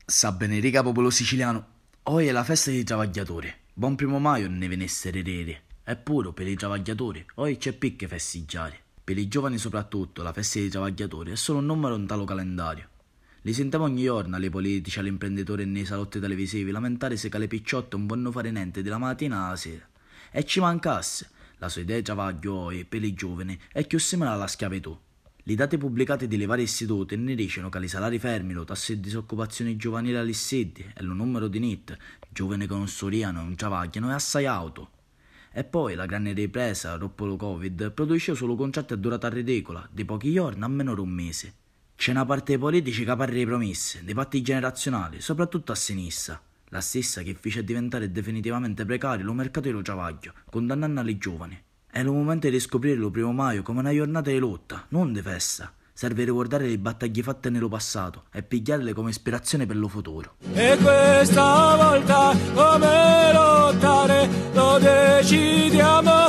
Sa benedica popolo siciliano, oggi è la festa dei travagliatori. Buon primo Maio ne venessero rere. Eppure per i travagliatori, oggi c'è più che festeggiare. Per i giovani soprattutto, la festa dei travagliatori è solo un numero in talo calendario. Li sentiamo ogni giorno alle politici, agli imprenditori e nei salotti televisivi lamentare se che le picciotte non vogliono fare niente dalla mattina alla sera. E ci mancasse, la sua idea di travaglio oggi per i giovani è più simile alla schiavitù. I dati pubblicati dalle varie istituti ne dicono che i salari fermi, lo tasso di disoccupazione giovanile agli sedi e il numero di NEET, giovani che non studiano e non travagliano, è assai alto. E poi la grande ripresa dopo il Covid produce solo contratti a durata ridicola, di pochi giorni a meno di un mese. C'è una parte dei politici che parla di promesse, dei patti generazionali, soprattutto a sinistra, la stessa che fece diventare definitivamente precario il mercato del travaglio, condannando i giovani. È il momento di scoprire il primo Maio come una giornata di lotta, non di festa. Serve ricordare le battaglie fatte nel passato e pigliarle come ispirazione per lo futuro. E questa volta come lottare lo decidiamo.